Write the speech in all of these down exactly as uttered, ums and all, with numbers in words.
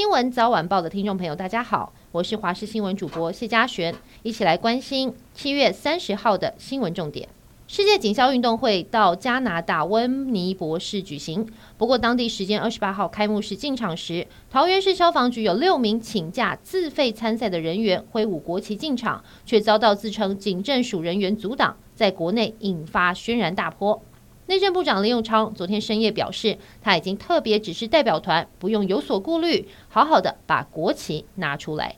新闻早晚报的听众朋友，大家好，我是华视新闻主播谢嘉璇，一起来关心七月三十号的新闻重点。世界警消运动会到加拿大温尼伯市举行，不过当地时间二十八号开幕式进场时，桃园市消防局有六名请假自费参赛的人员挥舞国旗进场，却遭到自称警政署人员阻挡，在国内引发轩然大波。内政部长林右昌昨天深夜表示，他已经特别指示代表团不用有所顾虑，好好的把国旗拿出来。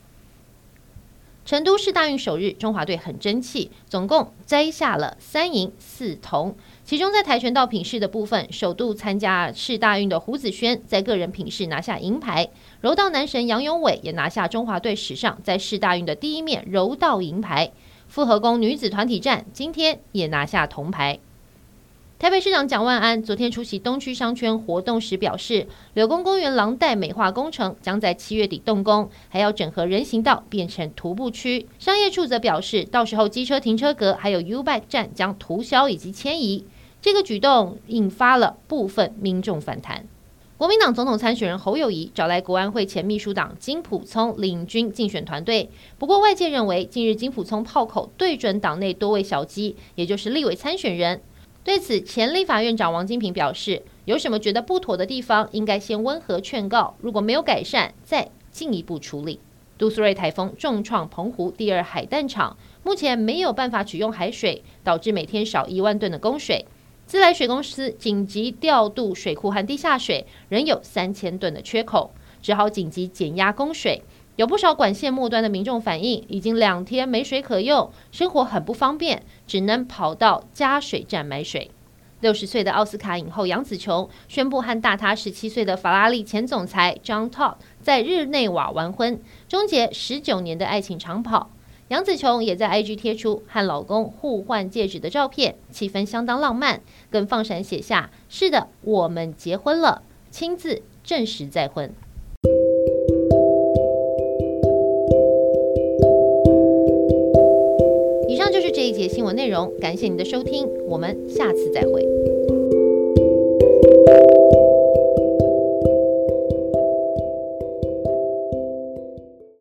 成都市大运首日，中华队很争气，总共摘下了三银四铜。其中在跆拳道品试的部分，首度参加市大运的胡子轩在个人品试拿下银牌，柔道男神杨永伟也拿下中华队史上在市大运的第一面柔道银牌。复合弓女子团体战今天也拿下铜牌。台北市长蒋万安昨天出席东区商圈活动时表示，柳工公园廊带美化工程将在七月底动工，还要整合人行道变成徒步区。商业处则表示，到时候机车停车格还有 U-Bike 站将涂销以及迁移。这个举动引发了部分民众反弹。国民党总统参选人侯友宜找来国安会前秘书长金溥聪领军竞选团队，不过外界认为，近日金溥聪炮口对准党内多位小鸡，也就是立委参选人。对此，前立法院长王金平表示，有什么觉得不妥的地方，应该先温和劝告，如果没有改善，再进一步处理。杜苏芮台风重创澎湖第二海淡厂，目前没有办法取用海水，导致每天少一万吨的供水。自来水公司紧急调度水库和地下水，仍有三千吨的缺口，只好紧急减压供水。有不少管线末端的民众反映，已经两天没水可用，生活很不方便，只能跑到加水站买水。六十岁的奥斯卡影后杨紫琼宣布和大她十七岁的法拉利前总裁 John Todd 在日内瓦完婚，终结十九年的爱情长跑。杨紫琼也在 I G 贴出和老公互换戒指的照片，气氛相当浪漫，更放闪写下“是的，我们结婚了”，亲自证实再婚。以上就是这一节新闻内容，感谢您的收听，我们下次再会。